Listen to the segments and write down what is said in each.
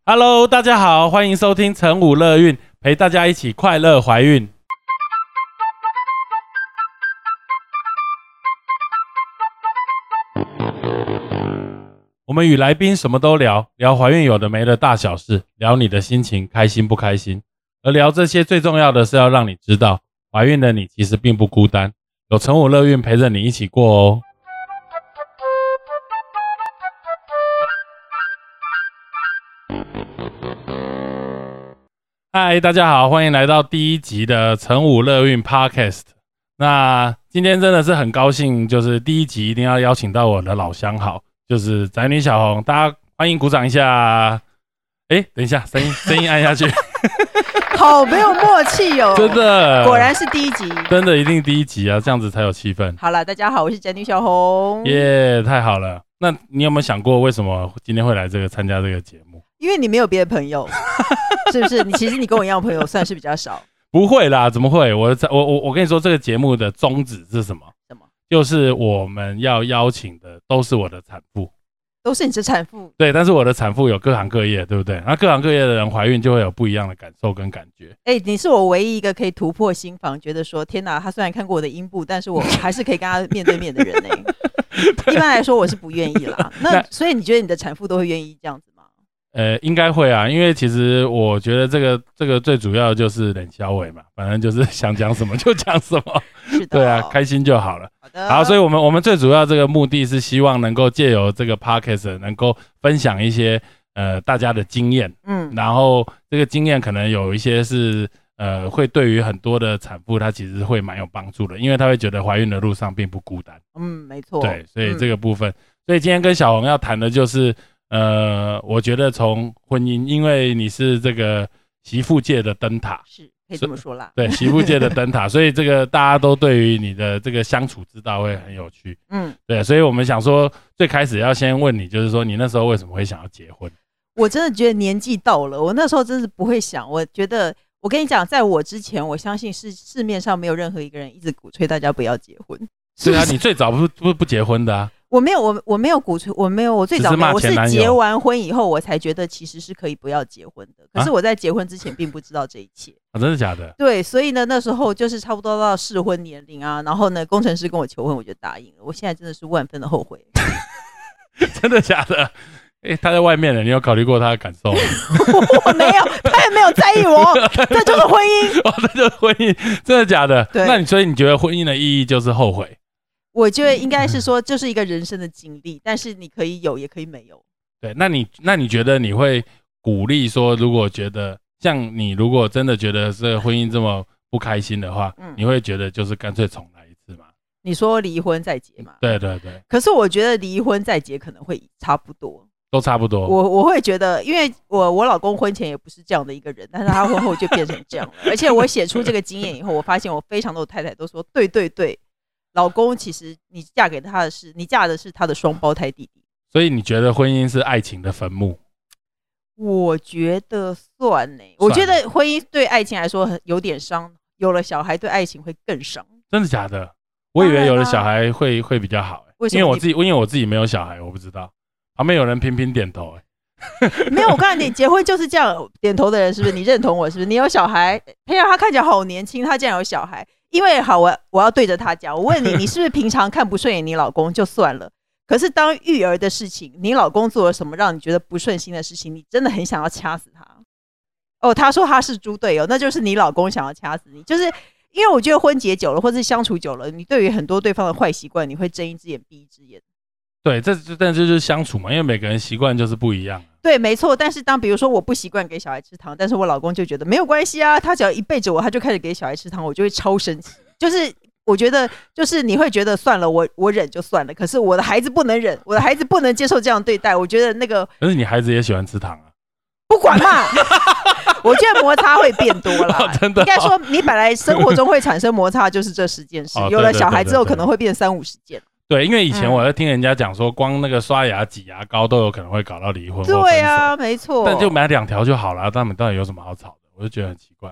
Hello， 大家好，欢迎收听成武乐运，陪大家一起快乐怀孕。我们与来宾什么都聊，聊怀孕有的没的大小事，聊你的心情开心不开心。而聊这些最重要的是要让你知道，怀孕的你其实并不孤单，有成武乐运陪着你一起过哦。嗨，大家好，欢迎来到第一集的成武乐运 Podcast。那今天真的是很高兴，就是第一集一定要邀请到我的老相好，就是宅女小红，大家欢迎鼓掌一下。等一下，声音按下去。 好没有默契哦， 真的， 果然是第一集， 真的一定第一集啊，这样子才有气氛。 好了，大家好，我是宅女小红。 耶，太好了。那你有没有想过，为什么今天会来参加这个节目？ 因为你没有别的朋友，是不是？其实你跟我一样，朋友算是比较少。 不会啦，怎么会？我跟你说，这个节目的宗旨是什么？ 什么？ 就是我们要邀请的都是我的产妇。 都是你的产妇， 对，但是我的产妇有各行各业，对不对？那各行各业的人怀孕就会有不一样的感受跟感觉。 你是我唯一一个可以突破心防，觉得说天哪，他虽然看过我的阴部，但是我还是可以跟他面对面的人一般来说我是不愿意啦。那所以你觉得你的产妇都会愿意这样子吗？ 应该会啊，因为其实我觉得这个最主要就是冷消委嘛，反正就是想讲什么就讲什么。 是的， 对啊，开心就好了。 好的， 好，所以我们最主要这个目的是希望能够借由这个 podcast 能够分享一些大家的经验，然后这个经验可能有一些是会对于很多的产妇她其实会蛮有帮助的，因为她会觉得怀孕的路上并不孤单。 没错。 对，所以这个部分，所以今天跟小红要谈的就是我觉得从婚姻，因为你是这个媳妇界的灯塔， 是可以这么说啦。 对，媳妇界的灯塔，所以这个大家都对于你的这个相处之道会很有趣。对，所以我们想说，最开始要先问你，就是说你那时候为什么会想要结婚？我真的觉得年纪到了，我那时候真是不会想。我觉得，我跟你讲，在我之前，我相信市面上没有任何一个人一直鼓吹大家不要结婚。 对啊，你最早不结婚的啊。 我没有鼓吹，我最早没有，我是结完婚以后我才觉得其实是可以不要结婚的。可是我在结婚之前并不知道这一切。 真的假的？对， 所以呢，那时候就是差不多到适婚年龄啊，然后呢，工程师跟我求婚，我就答应了。我现在真的是万分的后悔。 真的假的？他在外面了，你有考虑过他的感受吗？ 我没有，他也没有在意我，这就是婚姻。 这就是婚姻，真的假的？ 对。 那所以你觉得婚姻的意义就是后悔？ 我觉得应该是说，就是一个人生的经历，但是你可以有，也可以没有。 对，那你觉得你会鼓励说，如果觉得像你如果真的觉得这个婚姻这么不开心的话，你会觉得就是干脆重来一次吗？ 你说离婚再结嘛？ 对对对。 可是我觉得离婚再结可能会差不多， 都差不多。 我会觉得，因为我老公婚前也不是这样的一个人，但是他婚后就变成这样了。而且我写出这个经验以后，我发现我非常多的太太都说，对对对。老公，其实你嫁给他的是，你嫁的是他的双胞胎弟弟。 所以你觉得婚姻是爱情的坟墓？ 我觉得算呢。我觉得婚姻对爱情来说有点伤，有了小孩对爱情会更伤。 真的假的？我以为有了小孩会比较好。因为我自己没有小孩，我不知道。旁边有人频频点头。 没有，我告诉你，结婚就是这样，点头的人是不是你认同我？是不是你有小孩？佩尔他看起来好年轻，他竟然有小孩。因为好，我要对着他讲，我问你，你是不是平常看不顺眼你老公就算了？可是当育儿的事情，你老公做了什么让你觉得不顺心的事情，你真的很想要掐死他？他说他是猪队友，那就是你老公想要掐死你。就是因为我觉得婚结久了，或是相处久了，你对于很多对方的坏习惯，你会睁一只眼闭一只眼。 对，但就是相处嘛，因为每个人习惯就是不一样。 对，没错。但是比如说我不习惯给小孩吃糖，但是我老公就觉得没有关系啊，他只要一背着我，他就开始给小孩吃糖，我就会超生气。就是我觉得，就是你会觉得算了，我忍就算了，可是我的孩子不能忍，我的孩子不能接受这样对待。我觉得那个， 可是你孩子也喜欢吃糖啊。 不管嘛，我觉得摩擦会变多啦。 真的。 应该说，你本来生活中会产生摩擦，就是这10件事，有了小孩之后可能会变30-50件。 对，因为以前我在听人家讲说，光那个刷牙、挤牙膏都有可能会搞到离婚。 对啊，没错。 但就买2条就好了，他们到底有什么好吵的？我就觉得很奇怪。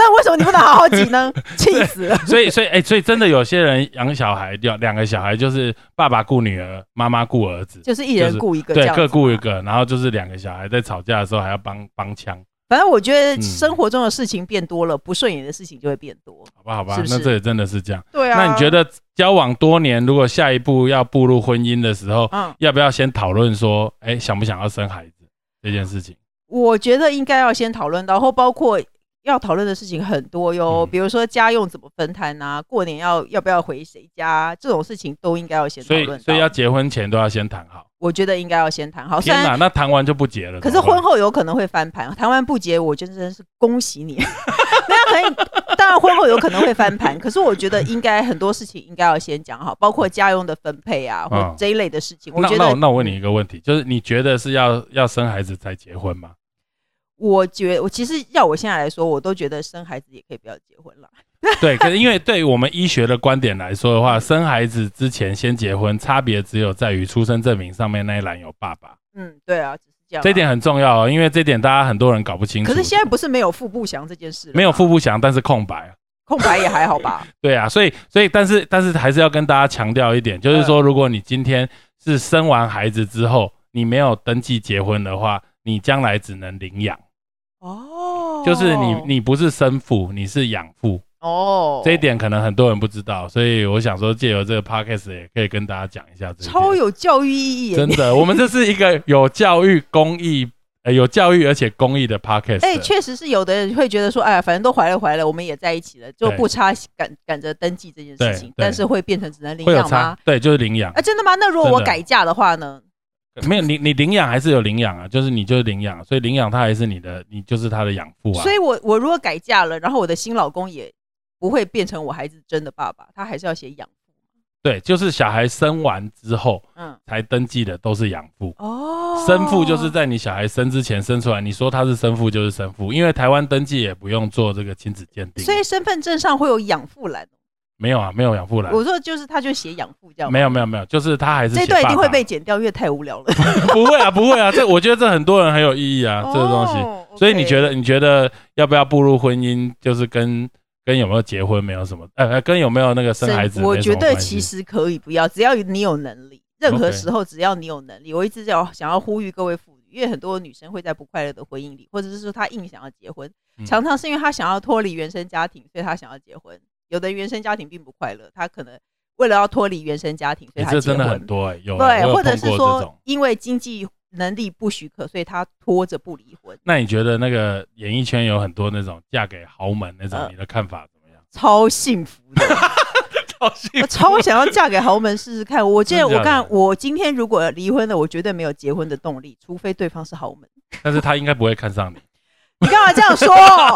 那为什么你不能好好挤呢？气死了！ 所以真的有些人养小孩，两个小孩就是爸爸顾女儿，妈妈顾儿子， 就是一人顾一个， 对，各顾一个，然后就是两个小孩在吵架的时候还要帮腔。 反正我觉得生活中的事情变多了，不顺眼的事情就会变多。 好吧， 是不是？ 那这也真的是这样。 对啊。 那你觉得交往多年，如果下一步要步入婚姻的时候，要不要先讨论说，想不想要生孩子这件事情？ 我觉得应该要先讨论，然后包括要讨论的事情很多哟，比如说家用怎么分摊啊，过年要不要回谁家，这种事情都应该要先讨论。 所以要结婚前都要先谈好。 我觉得应该要先谈好。 天哪，那谈完就不结了？ 可是婚后有可能会翻盘，谈完不结，我真的是恭喜你。那可以，当然婚后有可能会翻盘，可是我觉得应该很多事情应该要先讲好，包括家用的分配啊，或这一类的事情。我觉得那我问你一个问题，就是你觉得是要生孩子才结婚吗？ 我其实要我现在来说，我都觉得生孩子也可以不要结婚了。 对，可是因为对于我们医学的观点来说的话，生孩子之前先结婚，差别只有在于出生证明上面那一栏有爸爸。 对啊，只是这样。 这一点很重要因为这点大家很多人搞不清楚。 可是现在不是没有腹部详这件事了？ 没有腹部详，但是空白。 空白也还好吧？ 对啊，所以但是还是要跟大家强调一点，就是说，如果你今天是生完孩子之后，你没有登记结婚的话，你将来只能领养。就是你不是生父，你是养父。这一点可能很多人不知道，所以我想说借由这个 podcast 也可以跟大家讲一下这个。 超有教育意义， 真的，我们这是一个有教育公益。有教育而且公益的 podcast。 确实是有的人会觉得说，哎呀，反正都怀了，我们也在一起了，就不差赶着登记这件事情，但是会变成只能领养吗？ 对，就是领养。 真的吗？那如果我改嫁的话呢？ 没有，你领养还是有领养啊，就是你就是领养，所以领养他还是你就是他的养父啊。 所以我如果改嫁了，然后我的新老公也不会变成我孩子真的爸爸，他还是要写养父。 对，就是小孩生完之后，才登记的都是养父。生父就是在你小孩生之前生出来，你说他是生父就是生父，因为台湾登记也不用做这个亲子鉴定， 所以身份证上会有养父栏。 没有啊，没有养父栏。 我说就是他就写养父这样。 没有，就是他还是写爸爸。 这段一定会被剪掉，因为太无聊了。 不会啊，这我觉得这很多人很有意义啊，这个东西。所以你觉得要不要步入婚姻，就是跟有没有结婚没有什么，跟有没有那个生孩子没什么关系。 我觉得其实可以不要，只要你有能力，任何时候只要你有能力。我一直想要呼吁各位妇女，因为很多女生会在不快乐的婚姻里，或者是说她硬想要结婚，常常是因为她想要脱离原生家庭，所以她想要结婚。有的原生家庭并不快乐，她可能为了要脱离原生家庭，所以她结婚。 这真的很多有对，或者是说因为经济能力不许可，所以她拖着不离婚。 那你觉得那个演艺圈有很多那种嫁给豪门那种，你的看法怎么样？ 超幸福的。我超想要嫁给豪门试试看。我今天如果离婚了，我绝对没有结婚的动力，除非对方是豪门。 但是他应该不会看上你。 你干嘛这样说？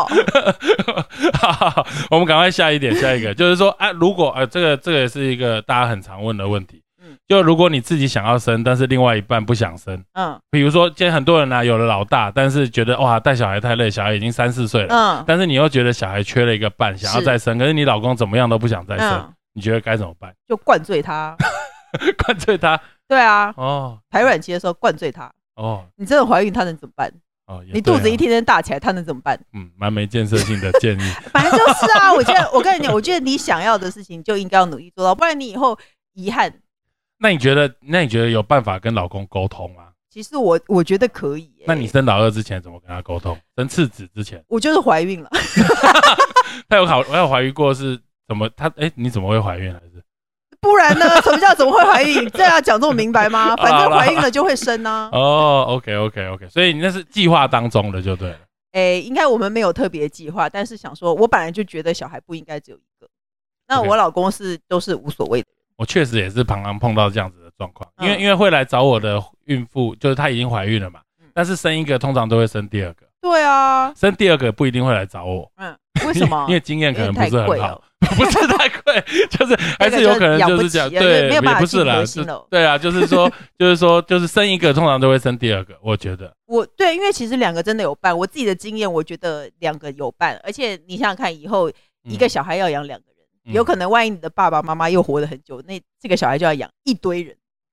我们赶快下一个，就是说如果这个也是一个大家很常问的问题。就如果你自己想要生，但是另外一半不想生，比如说今天很多人有了老大，但是觉得哇带小孩太累，小孩已经3、4岁了，但是你又觉得小孩缺了一个伴，想要再生，可是你老公怎么样都不想再生，你觉得该怎么办？ 就灌醉他。 灌醉他？ 对啊。排卵期的时候灌醉他。你真的怀孕，他能怎么办？你肚子一天天大起来，他能怎么办？ 蛮没建设性的建议。 反正就是啊，我觉得你想要的事情就应该要努力做到，不然你以后遗憾。那你觉得有办法跟老公沟通吗？ 其实我觉得可以。 那你生老二之前怎么跟他沟通？生次子之前？ 我就是怀孕了。 他有怀孕过是怎么？你怎么会怀孕还是？ 不然呢？什么叫怎么会怀孕？这要讲这么明白吗？反正怀孕了就会生啊。 OK， 所以你那是计划当中的就对了。 应该我们没有特别计划，但是想说，我本来就觉得小孩不应该只有一个。那我老公都是无所谓的人。 我确实也是常常碰到这样子的状况，因为会来找我的孕妇，就是她已经怀孕了嘛，但是生一个通常都会生第二个。 对啊， 生第二个不一定会来找我。 为什么？ 因为经验可能不是很好，不是太贵，就是还是有可能就是这样，对，也不是啦，对啊，就是说生一个通常都会生第二个，我觉得。 对，因为其实2个真的有伴，我自己的经验，我觉得2个有伴，而且你想想看，以后一个小孩要养2个人。有可能万一你的爸爸妈妈又活得很久，那这个小孩就要养一堆人。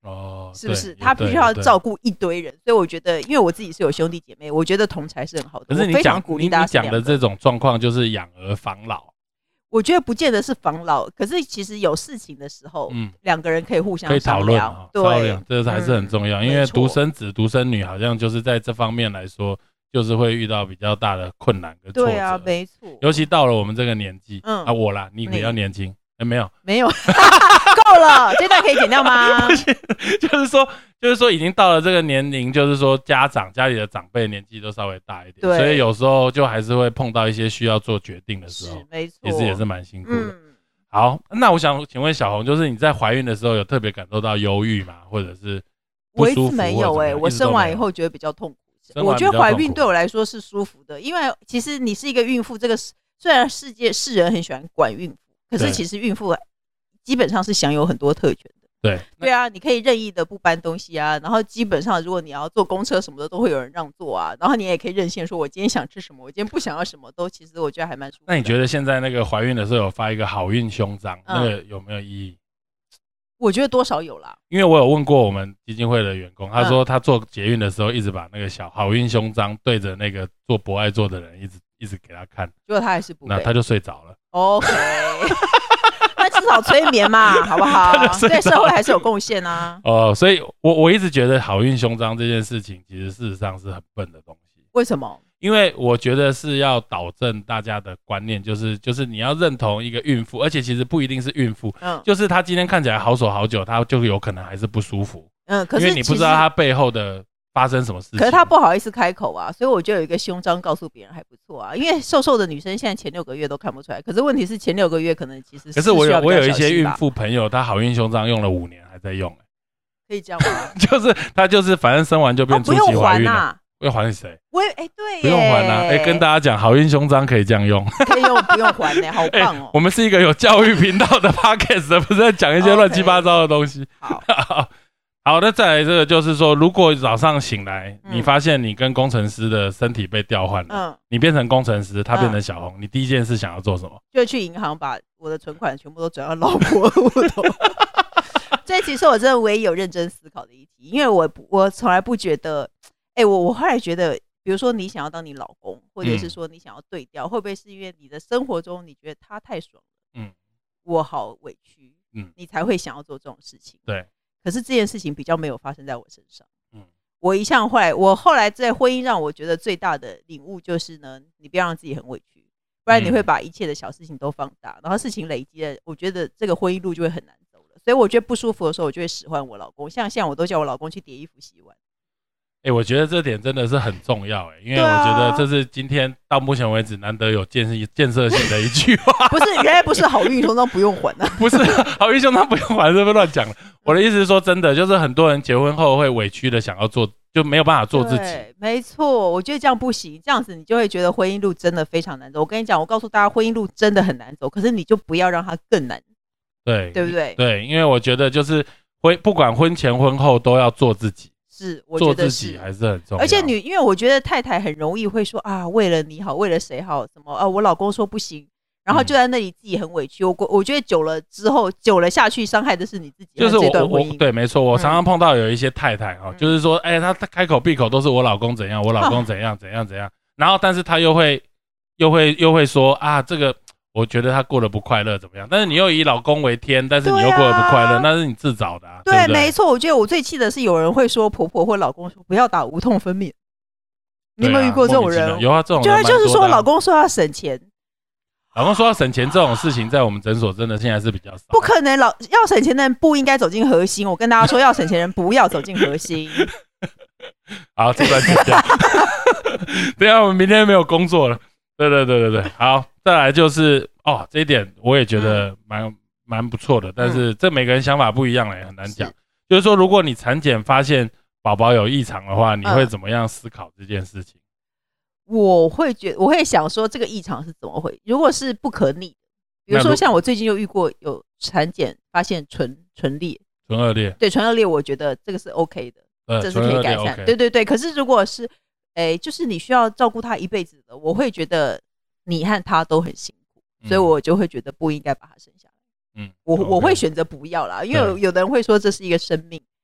哦， 是不是？他必须要照顾一堆人，所以我觉得，因为我自己是有兄弟姐妹，我觉得同才是很好的。 可是你讲的这种状况就是养儿防老。 我觉得不见得是防老，可是其实有事情的时候，两个人可以互相讨论， 对， 这还是很重要。因为独生子、独生女好像就是在这方面来说，就是会遇到比较大的困难跟挫折。 对啊，没错。 尤其到了我们这个年纪，我啦，你比较年轻，没有， 够了，这段可以剪掉吗？ 就是说已经到了这个年龄，就是说家里的长辈年纪都稍微大一点，所以有时候就还是会碰到一些需要做决定的时候， 没错， 也是蛮辛苦的。好，那我想请问小红，就是你在怀孕的时候有特别感受到忧郁吗？或者是不舒服？ 我一直没有我生完以后觉得比较痛苦。我觉得怀孕对我来说是舒服的，因为其实你是一个孕妇，这个虽然世人很喜欢管孕妇，可是其实孕妇基本上是享有很多特权的。对啊，你可以任意的不搬东西啊，然后基本上如果你要坐公车什么的都会有人让座啊，然后你也可以任性说我今天想吃什么，我今天不想要什么，都其实我觉得还蛮舒服的。 那你觉得现在那个怀孕的时候有发一个好运胸章，那个有没有意义？ 我觉得多少有啦， 因为我有问过我们基金会的员工，他说他做捷运的时候一直把那个小好运胸章对着那个做博爱座的人一直给他看， 结果他还是不， 那他就睡着了。 OK 那至少催眠嘛，好不好？对社会还是有贡献啊。 所以我一直觉得好运胸章这件事情，其实事实上是很笨的东西。 为什么？ 因为我觉得是要导正大家的观念，就是你要认同一个孕妇，而且其实不一定是孕妇，就是她今天看起来好手好脚，她就有可能还是不舒服。可是因为你不知道她背后的发生什么事情。 可是她不好意思开口啊，所以我觉得有一个胸章告诉别人还不错啊。因为瘦瘦的女生现在前6个月都看不出来，可是问题是前6个月可能其实。 可是我有一些孕妇朋友，她好运胸章用了5年还在用， 可以这样吗？ 就是她就是反正生完就变初期怀孕了。要还给谁？ 对耶， 不用还啊！跟大家讲，好运胸章可以这样用， 可以用不用还呢，好棒哦！ 我们是一个有教育频道的 podcast， 不是在讲一些乱七八糟的东西。好，那再来这个就是说，如果早上醒来，你发现你跟工程师的身体被调换了，你变成工程师，他变成小红，你第一件事想要做什么？ 就去银行把我的存款全部都转到老婆户头。这其实我真的唯一有认真思考的一题，因为我从来不觉得。我后来觉得，比如说你想要当你老公，或者是说你想要对调，会不会是因为你的生活中你觉得他太爽了，我好委屈，你才会想要做这种事情？ 对。 可是这件事情比较没有发生在我身上。我后来在婚姻让我觉得最大的领悟就是呢，你不要让自己很委屈，不然你会把一切的小事情都放大，然后事情累积了，我觉得这个婚姻路就会很难走了。所以我觉得不舒服的时候，我就会使唤我老公，像现在我都叫我老公去叠衣服、洗碗。 我觉得这点真的是很重要因为我觉得这是今天到目前为止难得有建设性的一句话。 不是，原来不是好运胸章不用还啊， 不是好运胸章不用还，是不是乱讲了？我的意思是说，真的就是很多人结婚后会委屈的想要做，就没有办法做自己。 没错，我觉得这样不行，这样子你就会觉得婚姻路真的非常难走。我跟你讲，我告诉大家，婚姻路真的很难走，可是你就不要让它更难，对不对？ 对，因为我觉得就是不管婚前婚后都要做自己。 我觉得做自己还是很重要。 而且因为我觉得太太很容易会说啊，为了你好，为了谁好，什么我老公说不行，然后就在那里自己很委屈。我觉得久了下去，伤害的是你自己。 就是我对，没错，我常常碰到有一些太太就是说，她开口闭口都是我老公怎样，我老公怎样怎样怎样，然后但是她又会说啊，这个。我觉得他过得不快乐怎么样？但是你又以老公为天，但是你又过得不快乐，那是你自找的对不对？ 没错。我觉得我最气的是有人会说婆婆或老公说不要打无痛分娩。你有没有遇过这种人？ 有啊，这种人就是说老公说要省钱， 老公说要省钱这种事情，在我们诊所真的现在是比较少。 不可能，要省钱的人不应该走进核心。我跟大家说，要省钱的人不要走进核心。 好，这段剪掉。等一下我们明天没有工作了。对，好，再来就是这一点我也觉得蛮不错的，但是这每个人想法不一样很难讲。就是说，如果你产检发现宝宝有异常的话，你会怎么样思考这件事情？ 我会想说这个异常是怎么回？如果是不可逆的，比如说像我最近就遇过有产检发现唇裂， 唇腭裂， 对，唇腭裂，我觉得这个是 OK 的，这是可以改善。对。可是如果是就是你需要照顾他一辈子的，我会觉得你和他都很辛苦，所以我就会觉得不应该把他生下来。我会选择不要啦，因为有的人会说这是一个生命，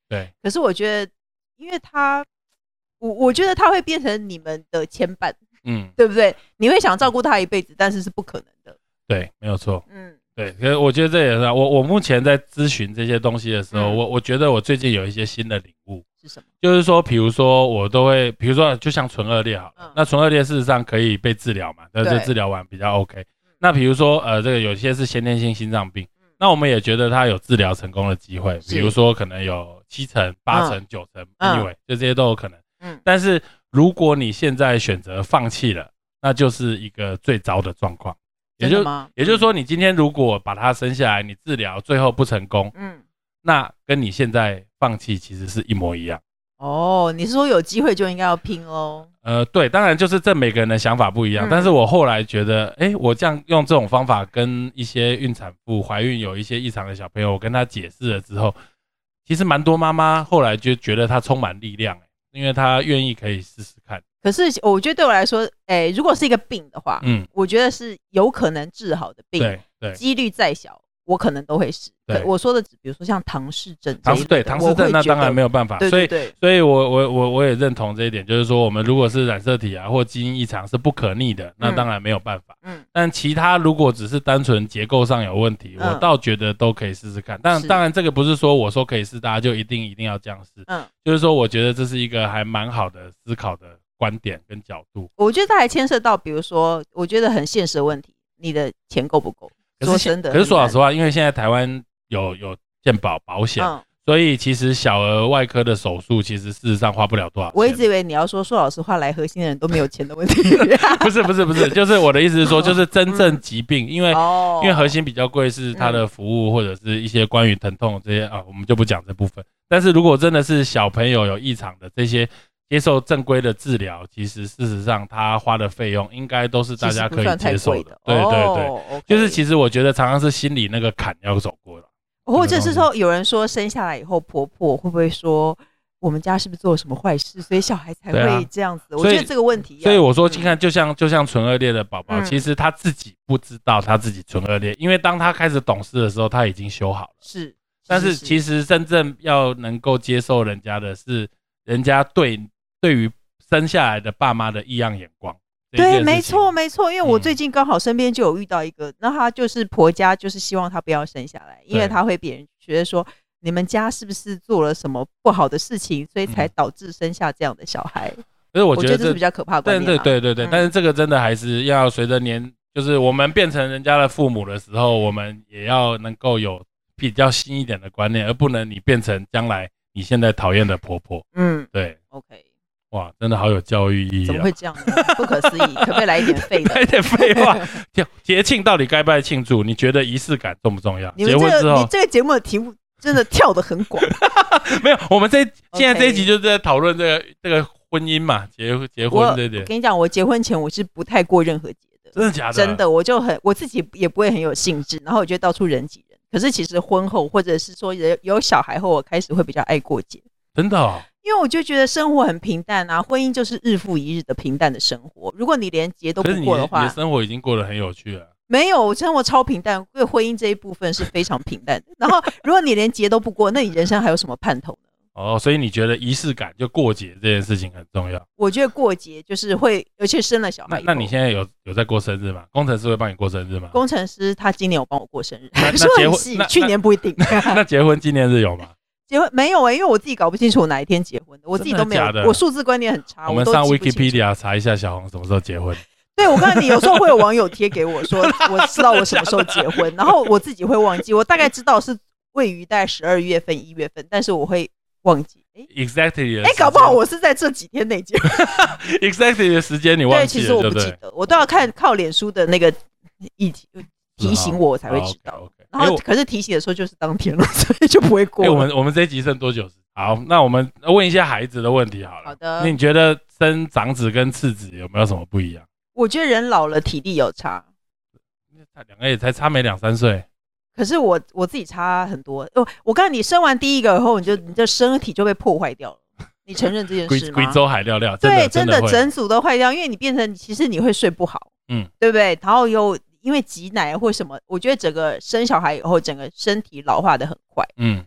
对。 可是我觉得，因为我觉得他会变成你们的牵绊，对不对？你会想照顾他一辈子，但是是不可能的。 对，没有错。对，可是我觉得这也是我目前在咨询这些东西的时候，我觉得我最近有一些新的领悟。 是什么？ 就是说，比如说我都会，比如说就像唇腭裂好了，那唇腭裂事实上可以被治疗嘛，那就治疗完比较 OK。那比如说这个有些是先天性心脏病，那我们也觉得它有治疗成功的机会，比如说可能有7成、8成、9成，anyway，就这些都有可能。但是如果你现在选择放弃了，那就是一个最糟的状况。也就是说，你今天如果把它生下来，你治疗最后不成功，那跟你现在放弃其实是一模一样。 哦，你是说有机会就应该要拼咯？ 对，当然就是这每个人的想法不一样，但是我后来觉得，我这样用这种方法跟一些孕产妇怀孕有一些异常的小朋友，我跟他解释了之后，其实蛮多妈妈后来就觉得他充满力量，因为他愿意可以试试看。 可是我觉得对我来说，如果是一个病的话，我觉得是有可能治好的病，对，几率再小，我可能都会试。我说的，比如说像唐氏症， 对，唐氏症那当然没有办法，所以我也认同这一点，就是说我们如果是染色体啊或基因异常是不可逆的，那当然没有办法。但其他如果只是单纯结构上有问题，我倒觉得都可以试试看。当然这个不是说我说可以试，大家就一定要这样试。就是说我觉得这是一个还蛮好的思考的观点跟角度。 我觉得它还牵涉到，比如说，我觉得很现实的问题，你的钱够不够？说真的， 可是说老实话，因为现在台湾有健保保险，所以其实小儿外科的手术，其实事实上花不了多少钱。 我一直以为你要说老实话，来核心的人都没有钱的问题。 不是，就是我的意思是说，就是真正疾病，因为核心比较贵，是它的服务或者是一些关于疼痛这些啊，我们就不讲这部分。但是如果真的是小朋友有异常的这些，接受正规的治疗，其实事实上他花的费用应该都是大家可以接受的。对，就是其实我觉得常常是心里那个坎要走过了。 或者是说，有人说生下来以后，婆婆会不会说我们家是不是做了什么坏事，所以小孩才会这样子？我觉得这个问题， 所以我说，你看，就像唇腭裂的宝宝，其实他自己不知道他自己唇腭裂，因为当他开始懂事的时候，他已经修好了。 是， 但是其实真正要能够接受人家的是，人家对于生下来的爸妈的异样眼光。 对，没错，因为我最近刚好身边就有遇到一个，那他就是婆家就是希望他不要生下来，因为他会别人觉得说你们家是不是做了什么不好的事情，所以才导致生下这样的小孩。 可是我觉得这是比较可怕的观念。 对，但是这个真的还是要随着就是我们变成人家的父母的时候，我们也要能够有比较新一点的观念，而不能你变成将来你现在讨厌的婆婆。对 ，OK。 哇，真的好有教育意义。 怎么会这样呢？不可思议，可不可以来一点废的？ 来一点废话。节庆到底该不该庆祝？你觉得仪式感重不重要？结婚之后， 你这个节目的题目真的跳得很广。 没有，我们现在这一集就是在讨论这个婚姻嘛，结婚这点。 我跟你讲，我结婚前我是不太过任何节的。 真的假的？ 真的，我自己也不会很有兴致，然后我就到处人挤人。可是其实婚后，或者是说有小孩后，我开始会比较爱过节。 真的哦。 因为我就觉得生活很平淡啊，婚姻就是日复一日的平淡的生活。如果你连节都不过的话， 你的生活已经过得很有趣了。 没有，我生活超平淡，因为婚姻这一部分是非常平淡的。然后，如果你连节都不过，那你人生还有什么盼头呢？ 所以你觉得仪式感就过节这件事情很重要？ 我觉得过节就是会，而且生了小孩。 那你现在有在过生日吗？工程师会帮你过生日吗？ 工程师他今年有帮我过生日，说很细，去年不一定。 那结婚纪念日有吗？ 结婚没有因为我自己搞不清楚我哪一天结婚的，我自己都没有，我数字观念很差。 我们上 Wikipedia 查一下小红什么时候结婚。 对，我看你有时候会有网友贴给我说，我知道我什么时候结婚，然后我自己会忘记，我大概知道是位于大概12月份、1月份，但是我会忘记。 exactly 搞不好我是在这几天内结婚。 exactly 的时间你忘记了？对， 其实我不记得，我都要靠脸书的那个提醒我才会知道。然后可是提醒的时候就是当天了，所以就不会过了。 我们这一集剩多久？好，那我们问一下孩子的问题好了。 好的。 你觉得生长子跟次子有没有什么不一样？ 我觉得人老了体力有差。 两个也才差没2-3岁。 可是我自己差很多。我告诉你，生完第一个以后，你的身体就被破坏掉了。你承认这件事吗？ 贵州海料， 对，真的整组都坏掉，因为你变成其实你会睡不好，对不对？然后因为挤奶或什么，我觉得整个生小孩以后，整个身体老化的很快，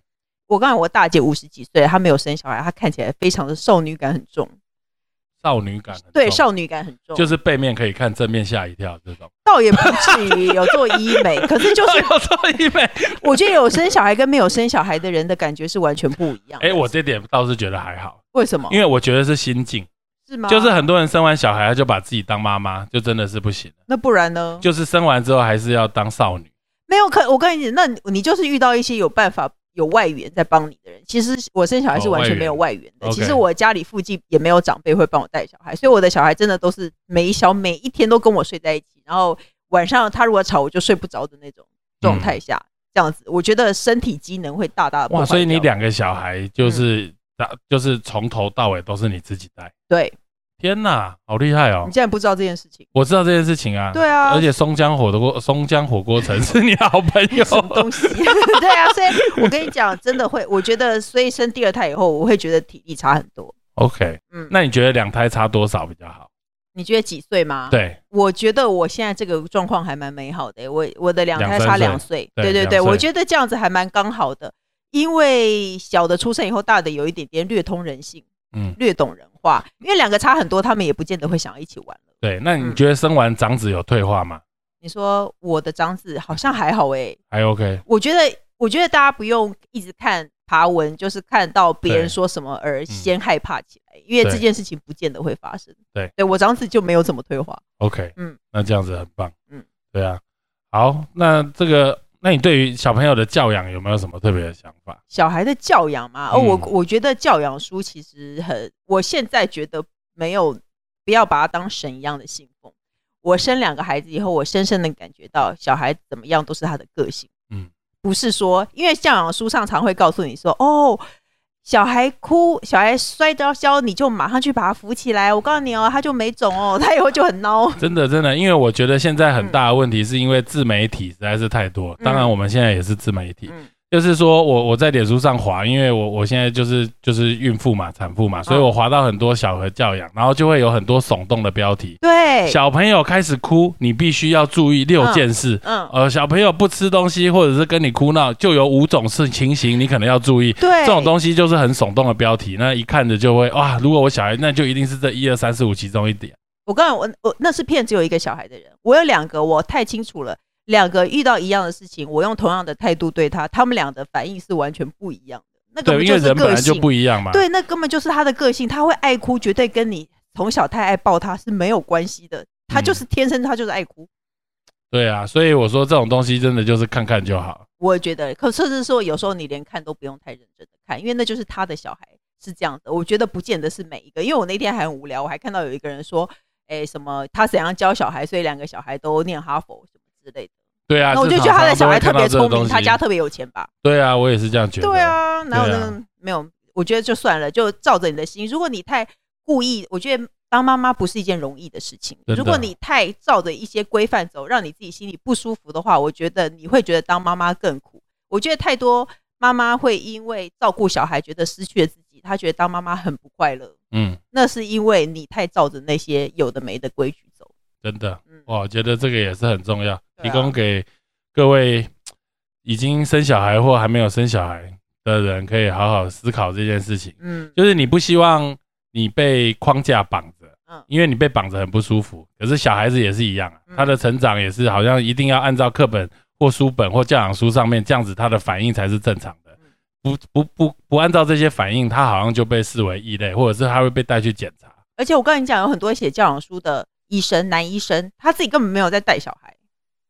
我刚才我大姐50几岁，她没有生小孩，她看起来非常的少女感很重。 少女感很重， 对，少女感很重， 就是背面可以看，正面吓一跳这种。 倒也不至于有做医美，可是就是有做医美。 我觉得有生小孩跟没有生小孩的人的感觉是完全不一样的。 我这点倒是觉得还好。 为什么？因为我觉得是心境。 是吗？ 就是很多人生完小孩就把自己当妈妈，就真的是不行了。 那不然呢？ 就是生完之后还是要当少女。 没有，我跟你讲，那你就是遇到一些有办法有外援在帮你的人。其实我生小孩是完全没有外援的。其实我家里附近也没有长辈会帮我带小孩，所以我的小孩真的都是每一天都跟我睡在一起，然后晚上他如果吵我就睡不着的那种状态下，这样子，我觉得身体机能会大大的破坏掉。哇， 所以你2个小孩就是从头到尾都是你自己带？ 对。 天哪，好厉害哦！ 你竟然不知道这件事情？ 我知道这件事情啊。 对啊， 而且松江火锅城是你好朋友。 什么东西？对啊，所以我跟你讲，真的会，我觉得，所以生第2胎以后，我会觉得体力差很多。 OK，那你觉得2胎差多少比较好？ 你觉得几岁吗？ 对， 我觉得我现在这个状况还蛮美好的。我的2胎差2岁，对，我觉得这样子还蛮刚好的，因为小的出生以后，大的有一点点略通人性。略懂人话，因为2个差很多，他们也不见得会想要一起玩了。 对，那你觉得生完长子有退化吗？ 你说我的长子好像还好还 OK。 我觉得大家不用一直看爬文，就是看到别人说什么而先害怕起来，因为这件事情不见得会发生。对，我长子就没有怎么退化。 OK，那这样子很棒。对啊。好，那你对于小朋友的教养有没有什么特别的想法？ 小孩的教养嘛，我觉得教养书其实我现在觉得不要把它当神一样的信奉。我生2个孩子以后，我深深的感觉到小孩怎么样都是他的个性。不是说，因为教养书上常会告诉你说，小孩哭，小孩摔跤，你就马上去把他扶起来。我告诉你他就没种他以后就很孬。 真的，因为我觉得现在很大的问题是因为自媒体实在是太多。当然，我们现在也是自媒体。就是说我在脸书上滑，因为我现在就是孕妇嘛、产妇嘛，所以我滑到很多小孩教养，然后就会有很多耸动的标题。 对， 小朋友开始哭，你必须要注意6件事。小朋友不吃东西或者是跟你哭闹，就有5种情形你可能要注意。 对， 这种东西就是很耸动的标题，那一看着就会哇，如果我小孩，那就一定是这1、2、3、4、5其中一点。 我刚才我那是骗只有1个小孩的人，我有2个，我太清楚了。2个遇到一样的事情，我用同样的态度对他们俩的反应是完全不一样的。那根本就是个性，因为人本来就不一样嘛。 对，那根本就是他的个性，他会爱哭，绝对跟你从小太爱抱他是没有关系的。他就是天生，他就是爱哭。 对啊，所以我说这种东西真的就是看看就好。 我觉得，甚至说有时候你连看都不用太认真的看，因为那就是他的小孩是这样的。我觉得不见得是每一个，因为我那天还很无聊，我还看到有一个人说，什么他怎样教小孩，所以2个小孩都念哈佛什么之类的。 对啊， 那我就觉得他的小孩特别聪明，他家特别有钱吧？ 对啊，我也是这样觉得。 对啊，哪有那个没有？我觉得就算了，就照着你的心。如果你太故意，我觉得当妈妈不是一件容易的事情。如果你太照着一些规范走，让你自己心里不舒服的话，我觉得你会觉得当妈妈更苦。我觉得太多妈妈会因为照顾小孩，觉得失去了自己，她觉得当妈妈很不快乐。那是因为你太照着那些有的没的规矩走。 真的，我觉得这个也是很重要，提供给各位已经生小孩或还没有生小孩的人，可以好好思考这件事情。就是你不希望你被框架绑着，因为你被绑着很不舒服。可是小孩子也是一样他的成长也是好像一定要按照课本或书本或教养书上面这样子，他的反应才是正常的。不按照这些反应，他好像就被视为异类，或者是他会被带去检查。 而且我跟你讲，有很多写教养书的医生，男医生，他自己根本没有在带小孩。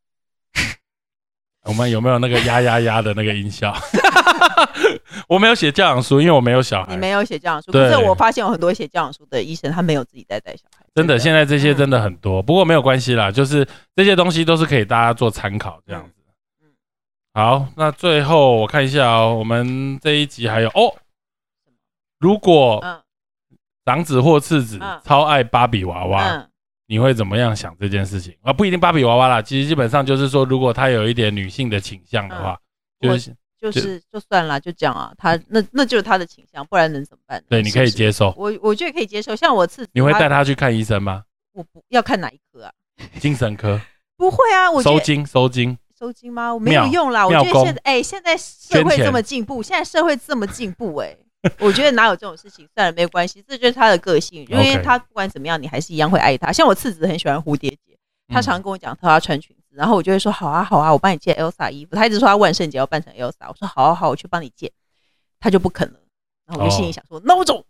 我们有没有那个呀呀呀的那个音效？我没有写教养书，因为我没有小孩。 你没有写教养书，可是我发现有很多写教养书的医生，他没有自己带小孩。 真的，现在这些真的很多，不过没有关系啦，就是这些东西都是可以大家做参考这样子。好，那最后我看一下我们这一集还有如果长子或次子超爱芭比娃娃，你会怎么样想这件事情？不一定芭比娃娃啦，其实基本上就是说，如果他有一点女性的倾向的话， 就算了，就讲啊，他那就是他的倾向，不然能怎么办？ 对，你可以接受。 我觉得可以接受。像我次子， 你会带他去看医生吗？ 我不要看哪一科啊？ 精神科？ 不会啊，我觉得收精收金吗？我没有用啦。我觉得现在社会这么进步，我觉得哪有这种事情？算了，没关系，这就是他的个性。因为他不管怎么样，你还是一样会爱他。像我次子很喜欢蝴蝶结，他常跟我讲他要穿裙子，然后我就会说好啊好啊，我帮你借 Elsa 衣服。他一直说他万圣节要扮成 Elsa， 我说好啊好，我去帮你借，他就不肯了。然后我就心里想说孬种。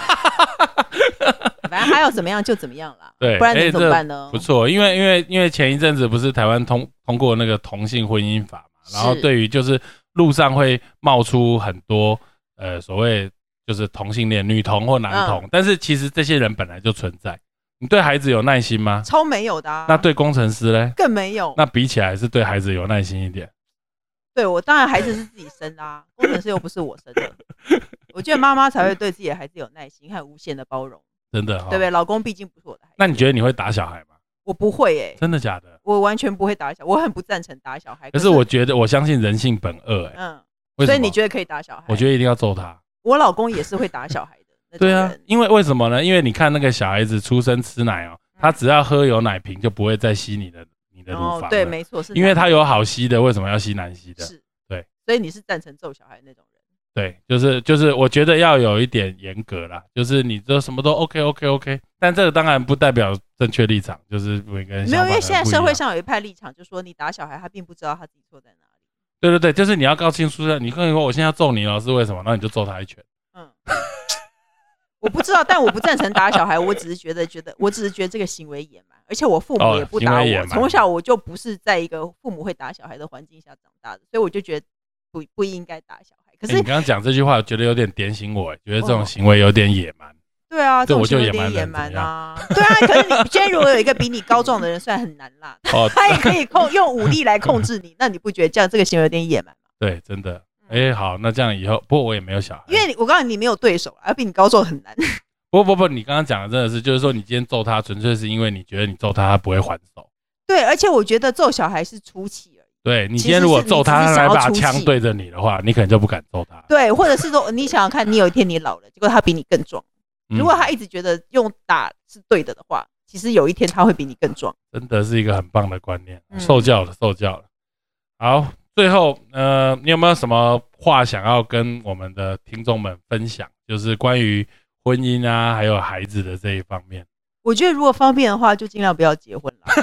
反正他要怎么样就怎么样啦， 对， 不然能怎么办呢？ 不错，因为前一阵子不是台湾通过那个同性婚姻法嘛，然后对于就是路上会冒出很多所谓就是同性恋女同或男同，但是其实这些人本来就存在。你对孩子有耐心吗？ 超没有的啊。 那对工程师嘞？ 更没有。 那比起来是对孩子有耐心一点。 对，我当然孩子是自己生的啊，工程师又不是我生的。我觉得妈妈才会对自己的孩子有耐心和无限的包容。 真的， 对不对？老公毕竟不是我的孩子。 那你觉得你会打小孩吗？ 我不会耶。 真的假的？ 我完全不会打小孩，我很不赞成打小孩。 可是我觉得我相信人性本恶所以你觉得可以打小孩？ 我觉得一定要揍他。 我老公也是会打小孩的。 对啊，因为什么呢？因为你看那个小孩子出生吃奶他只要喝有奶瓶就不会再吸你的乳房了。 对，没错，是因为他有好吸的，为什么要吸难吸的？ 是， 对。 所以你是赞成揍小孩那种人？ 对，就是我觉得要有一点严格啦，就是你这什么都 OK， 但这个当然不代表正确立场，就是每个人没有，因为现在社会上有一派立场，就说你打小孩，他并不知道他自己错在哪里。 对，就是你要告清楚，你跟你说我现在要揍你了，是为什么？那你就揍他一拳。 我不知道，但我不赞成打小孩，我只是觉得这个行为野蛮，而且我父母也不打我，从小我就不是在一个父母会打小孩的环境下长大的，所以我就觉得不应该打小孩。可是你刚刚讲这句话，觉得有点点醒我，觉得这种行为有点野蛮。 对啊， 这种行为有点野蛮啊。对啊，可是你今天如果有一个比你高壮的人，虽然很难啦，他也可以用武力来控制你，那你不觉得这个行为有点野蛮吗？ 对，真的。好，那这样以后，不过我也没有小孩， 因为我告诉你没有对手，而比你高壮很难。 不，你刚刚讲的真的是，就是说你今天揍他，纯粹是因为你觉得你揍他不会还手。对， 而且我觉得揍小孩是出气而已。 对，你今天如果揍他，他来把枪对着你的话，你可能就不敢揍他。 对，或者是说你想想看，你有一天你老了，结果他比你更壮。如果他一直觉得用打是对的话，其实有一天他会比你更壮。 真的是一个很棒的观念，受教了。好，最后你有没有什么话想要跟我们的听众们分享？就是关于婚姻啊，还有孩子的这一方面。 我觉得如果方便的话，就尽量不要结婚了。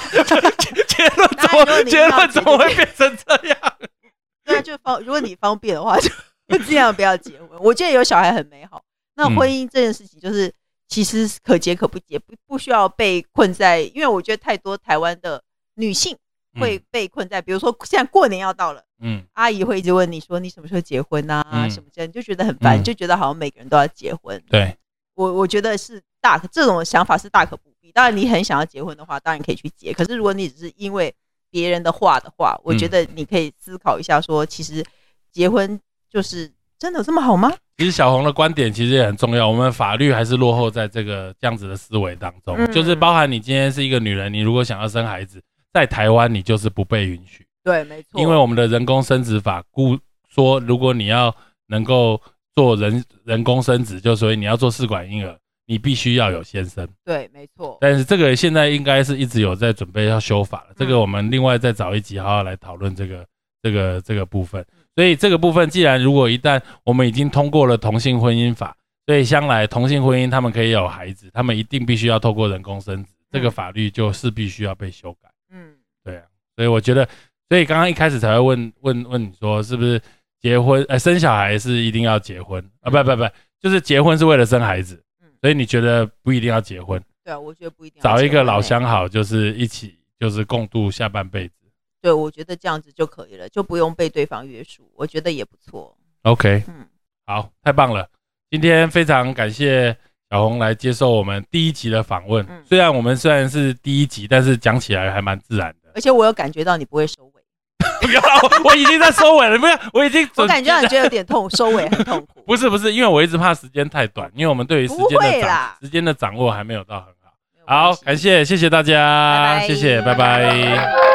结论怎么会变成这样？ 对啊，如果你方便的话，就尽量不要结婚。我觉得有小孩很美好。那婚姻这件事情，就是其实可结可不结，不需要被困在。因为我觉得太多台湾的女性会被困在，比如说现在过年要到了，阿姨会一直问你说你什么时候结婚啊，什么这样，你就觉得很烦，就觉得好像每个人都要结婚。 对， 我觉得是这种想法是大可不必。当然你很想要结婚的话，当然可以去结。可是如果你只是因为别人的话，我觉得你可以思考一下说，其实结婚就是真的有这么好吗？ 其实小红的观点其实也很重要，我们法律还是落后在这样子的思维当中，就是包含你今天是一个女人，你如果想要生孩子，在台湾你就是不被允许。 对，没错。 因为我们的人工生殖法说，如果你要能够做人工生殖，就所以你要做试管婴儿，你必须要有先生。 对，没错。 但是这个现在应该是一直有在准备要修法了，这个我们另外再找一集好好来讨论这个部分。所以这个部分，既然如果一旦我们已经通过了同性婚姻法，所以将来同性婚姻他们可以有孩子，他们一定必须要透过人工生殖，这个法律就势必需要被修改。对啊，所以我觉得，所以刚刚一开始才会问你说，是不是结婚生小孩是一定要结婚啊？不，就是结婚是为了生孩子。所以你觉得不一定要结婚？ 对啊，我觉得不一定要结婚。 找一个老相好，就是一起就是共度下半辈子。 对，我觉得这样子就可以了，就不用被对方约束，我觉得也不错。 OK，好，太棒了！今天非常感谢小红来接受我们第一集的访问。虽然是第一集，但是讲起来还蛮自然的。 而且我有感觉到你不会收尾。 不要，我已经在收尾了，不要，我已经我感觉到你觉得有点痛，收尾很痛苦。 不是，因为我一直怕时间太短，因为我们对于时间的掌握还没有到很好。好，谢谢大家，拜拜，谢谢，拜拜。